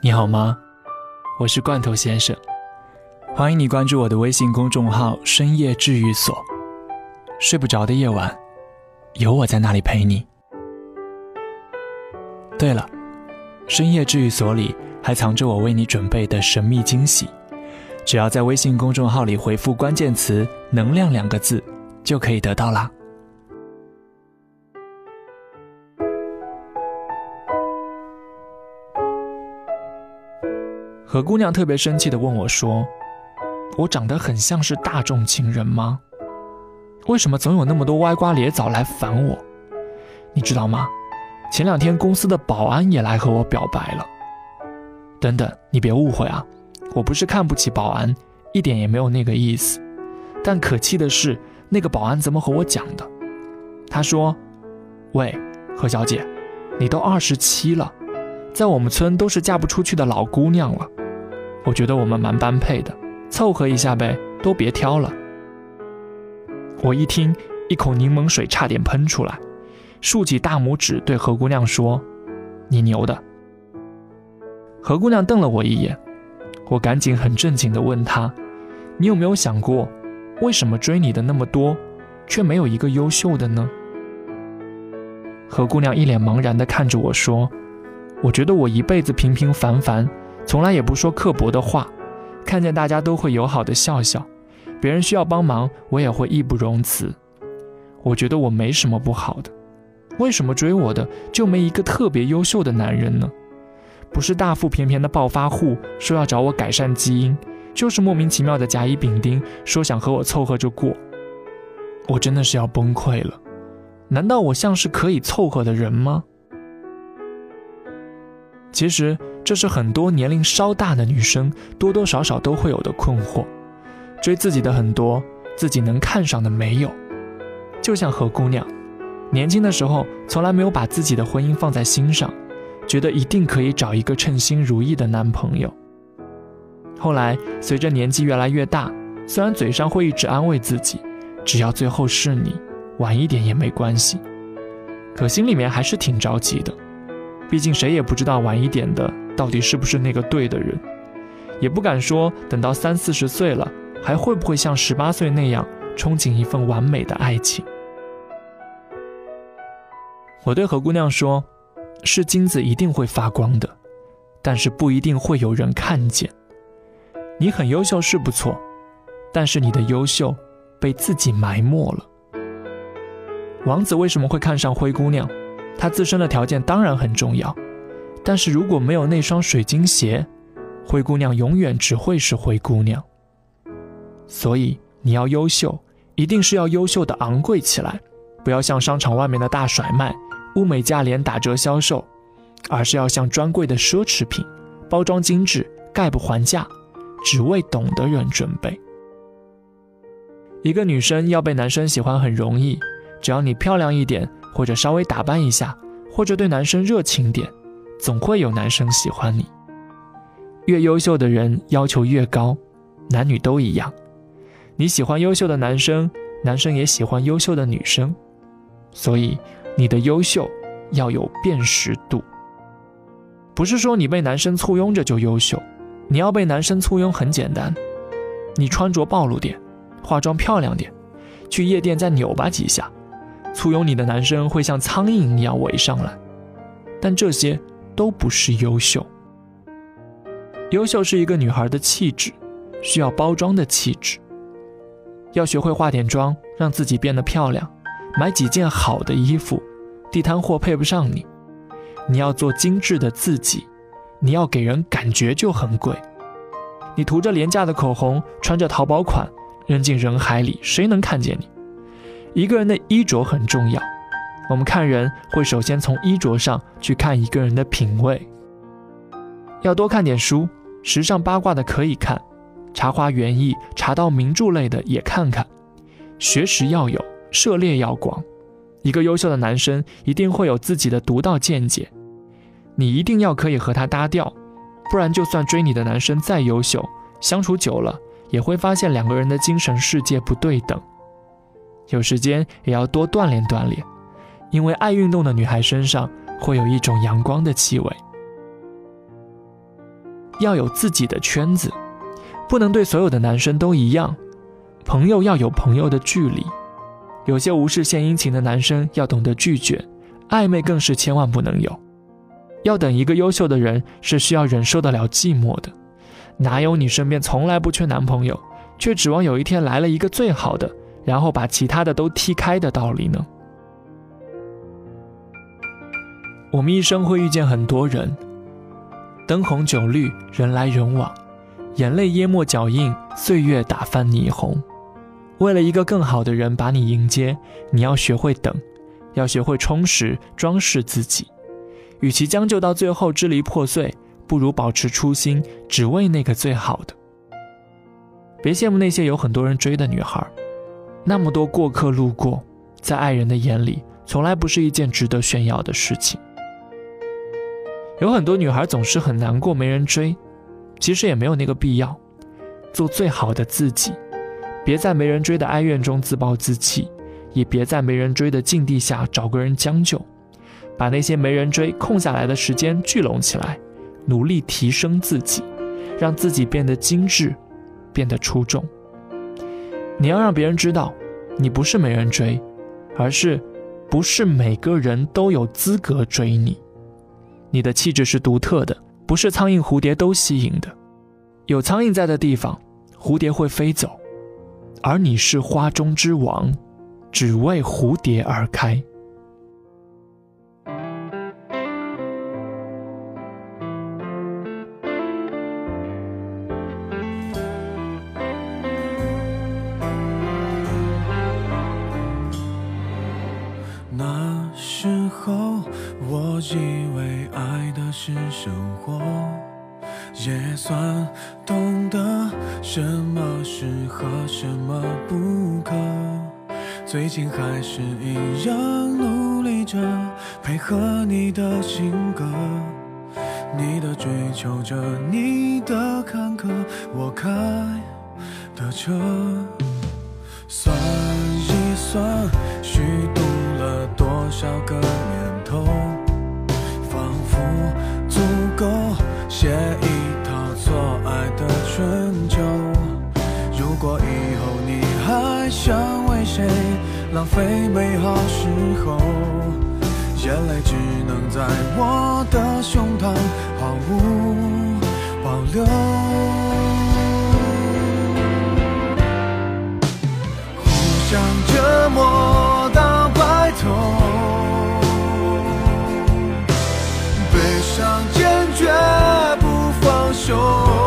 你好吗？我是罐头先生，欢迎你关注我的微信公众号深夜治愈所。睡不着的夜晚，有我在那里陪你。对了，深夜治愈所里还藏着我为你准备的神秘惊喜，只要在微信公众号里回复关键词能量2个字就可以得到啦。何姑娘特别生气地问我说，我长得很像是大众情人吗？为什么总有那么多歪瓜裂枣来烦我？你知道吗？前2天公司的保安也来和我表白了。等等，你别误会啊，我不是看不起保安，一点也没有那个意思。但可气的是，那个保安怎么和我讲的？他说，喂，何小姐，你都27了，在我们村都是嫁不出去的老姑娘了。我觉得我们蛮般配的，凑合一下呗，都别挑了。我一听，一口柠檬水差点喷出来，竖起大拇指对何姑娘说，你牛的。何姑娘瞪了我一眼，我赶紧很正经地问她，你有没有想过，为什么追你的那么多，却没有一个优秀的呢？何姑娘一脸茫然地看着我说，我觉得我一辈子平平凡凡，从来也不说刻薄的话，看见大家都会友好的笑笑，别人需要帮忙我也会义不容辞。我觉得我没什么不好的，为什么追我的就没一个特别优秀的男人呢？不是大腹便便的暴发户说要找我改善基因，就是莫名其妙的甲乙丙丁说想和我凑合着过。我真的是要崩溃了，难道我像是可以凑合的人吗？其实这是很多年龄稍大的女生多多少少都会有的困惑，追自己的很多，自己能看上的没有。就像何姑娘，年轻的时候从来没有把自己的婚姻放在心上，觉得一定可以找一个称心如意的男朋友。后来随着年纪越来越大，虽然嘴上会一直安慰自己，只要最后是你，晚一点也没关系，可心里面还是挺着急的。毕竟谁也不知道晚一点的到底是不是那个对的人，也不敢说等到30-40岁了，还会不会像18岁那样憧憬一份完美的爱情。我对何姑娘说，是金子一定会发光的，但是不一定会有人看见。你很优秀是不错，但是你的优秀被自己埋没了。王子为什么会看上灰姑娘？她自身的条件当然很重要，但是如果没有那双水晶鞋，灰姑娘永远只会是灰姑娘。所以你要优秀，一定是要优秀的昂贵起来，不要像商场外面的大甩卖，物美价廉打折销售，而是要像专柜的奢侈品，包装精致，概不还价，只为懂的人准备。一个女生要被男生喜欢很容易，只要你漂亮一点，或者稍微打扮一下，或者对男生热情点，总会有男生喜欢你。越优秀的人要求越高，男女都一样。你喜欢优秀的男生，男生也喜欢优秀的女生。所以你的优秀要有辨识度。不是说你被男生簇拥着就优秀，你要被男生簇拥很简单，你穿着暴露点，化妆漂亮点，去夜店再扭吧几下，簇拥你的男生会像苍蝇一样围上来。但这些都不是优秀。优秀是一个女孩的气质，需要包装的气质。要学会化点妆，让自己变得漂亮，买几件好的衣服，地摊货配不上你。你要做精致的自己，你要给人感觉就很贵。你涂着廉价的口红，穿着淘宝款，扔进人海里，谁能看见你？一个人的衣着很重要，我们看人会首先从衣着上去看一个人的品味。要多看点书，时尚八卦的可以看，茶花园艺、茶道名著类的也看看。学识要有，涉猎要广。一个优秀的男生一定会有自己的独到见解，你一定要可以和他搭调，不然就算追你的男生再优秀，相处久了也会发现2个人的精神世界不对等。有时间也要多锻炼锻炼，因为爱运动的女孩身上会有一种阳光的气味。 要有自己的圈子，不能对所有的男生都一样。朋友要有朋友的距离，有些无事献殷勤的男生要懂得拒绝，暧昧更是千万不能有。要等一个优秀的人是需要忍受得了寂寞的，哪有你身边从来不缺男朋友，却指望有一天来了一个最好的，然后把其他的都踢开的道理呢？我们一生会遇见很多人，灯红酒绿，人来人往，眼泪淹没脚印，岁月打翻霓虹。为了一个更好的人把你迎接，你要学会等，要学会充实装饰自己。与其将就到最后支离破碎，不如保持初心，只为那个最好的。别羡慕那些有很多人追的女孩，那么多过客路过，在爱人的眼里从来不是一件值得炫耀的事情。有很多女孩总是很难过没人追，其实也没有那个必要。做最好的自己，别在没人追的哀怨中自暴自弃，也别在没人追的境地下找个人将就。把那些没人追空下来的时间聚拢起来，努力提升自己，让自己变得精致，变得出众。你要让别人知道，你不是没人追，而是不是每个人都有资格追你。你的气质是独特的，不是苍蝇蝴蝶都吸引的。有苍蝇在的地方，蝴蝶会飞走，而你是花中之王，只为蝴蝶而开。 那时候我以为爱的是生活，也算懂得什么适合什么不可。最近还是一样努力着配合你的性格，你的追求着，你的坎坷，我开的车。算一算虚度了多少个年头，仿佛足够写一套错爱的春秋。如果以后你还想为谁浪费美好时候，眼泪只能在我的胸膛毫无保留。想折磨到白头，悲伤坚决不放手，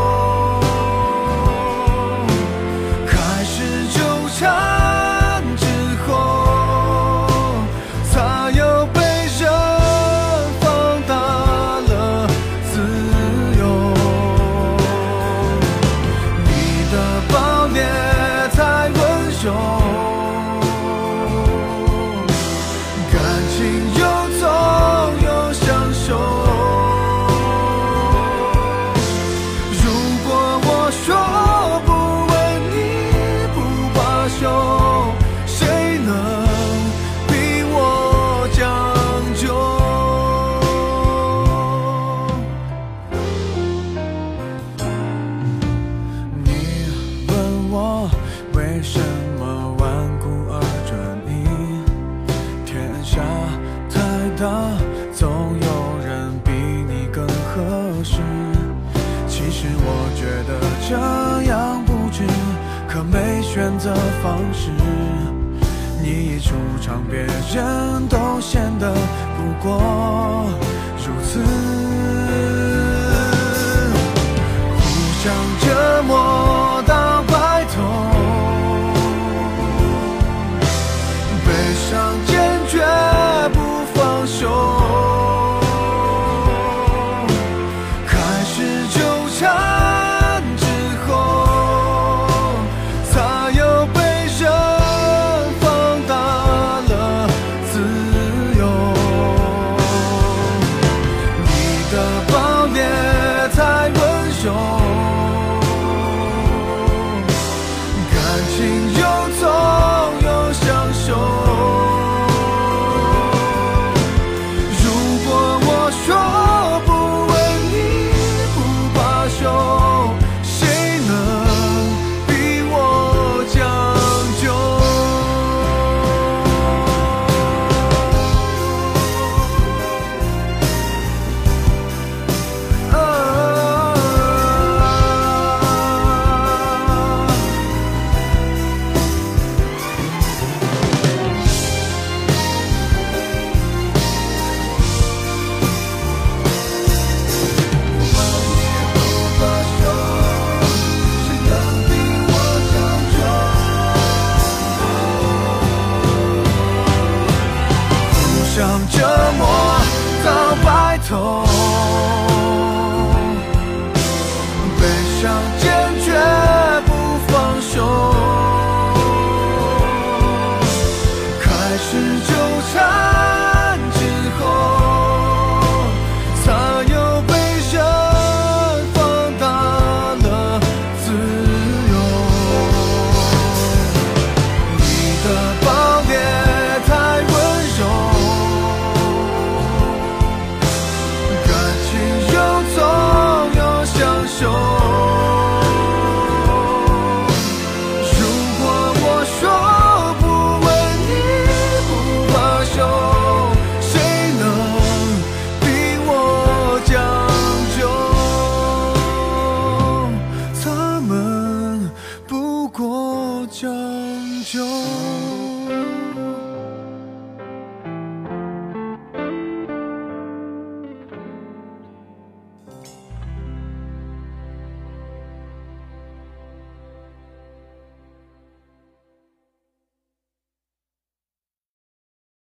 开始纠缠之后，才又被人放大了自由。你的暴烈太温柔，为什么顽固而专一？天下太大，总有人比你更合适。其实我觉得这样不值，可没选择方式。你一出场，别人都显得不过如此，互相折磨到白头。坚决不放手，开始纠缠之后，才又被人放大了自由。你的抱头，悲伤坚决不放手，开始纠缠之后，才有被人放大了自由。你的暴烈太温柔，感情又痛又享受。将就。